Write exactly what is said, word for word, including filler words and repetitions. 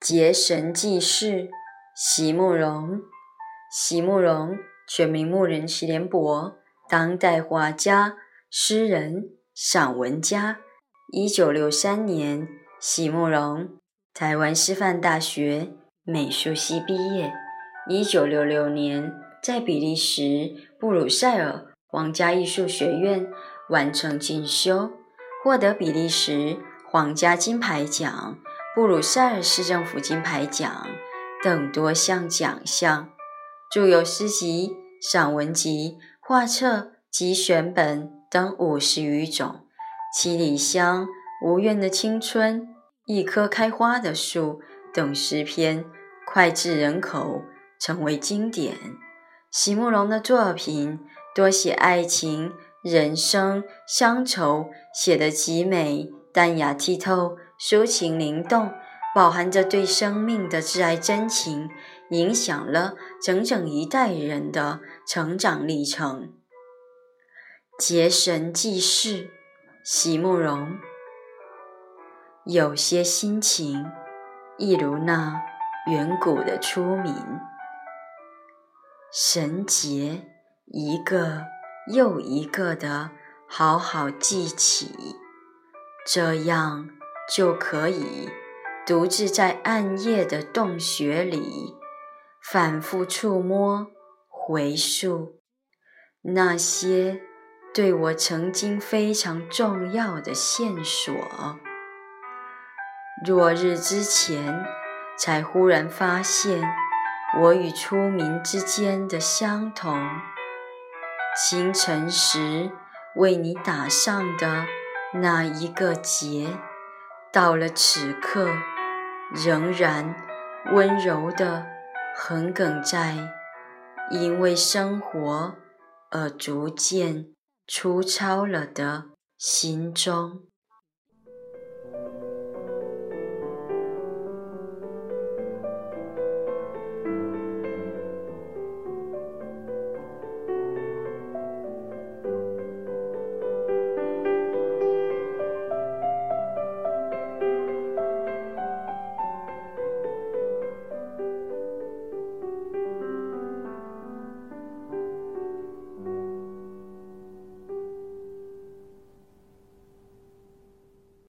结绳记事，席慕容。席慕容，全名慕人齐联博，当代画家、诗人、散文家。一九六三年，席慕容台湾师范大学美术系毕业。一九六六年，在比利时布鲁塞尔皇家艺术学院完成进修，获得比利时皇家金牌奖、布鲁塞尔市政府金牌奖等多项奖项，著有诗集、散文集、画册及选本等五十余种。七里香、无怨的青春、一棵开花的树等诗篇脍炙人口，成为经典。席慕容的作品多写爱情、人生、乡愁，写得极美，淡雅剔透，抒情灵动，饱含着对生命的挚爱真情，影响了整整一代人的成长历程。结绳记事，席慕容。有些心情，一如那远古的初鸣，绳结一个又一个的好好记起，这样就可以独自在暗夜的洞穴里反复触摸、回溯那些对我曾经非常重要的线索。落日之前，才忽然发现我与初鸣之间的相同。清晨时为你打上的那一个结，到了此刻，仍然温柔地横亘在因为生活而逐渐粗糙了的心中。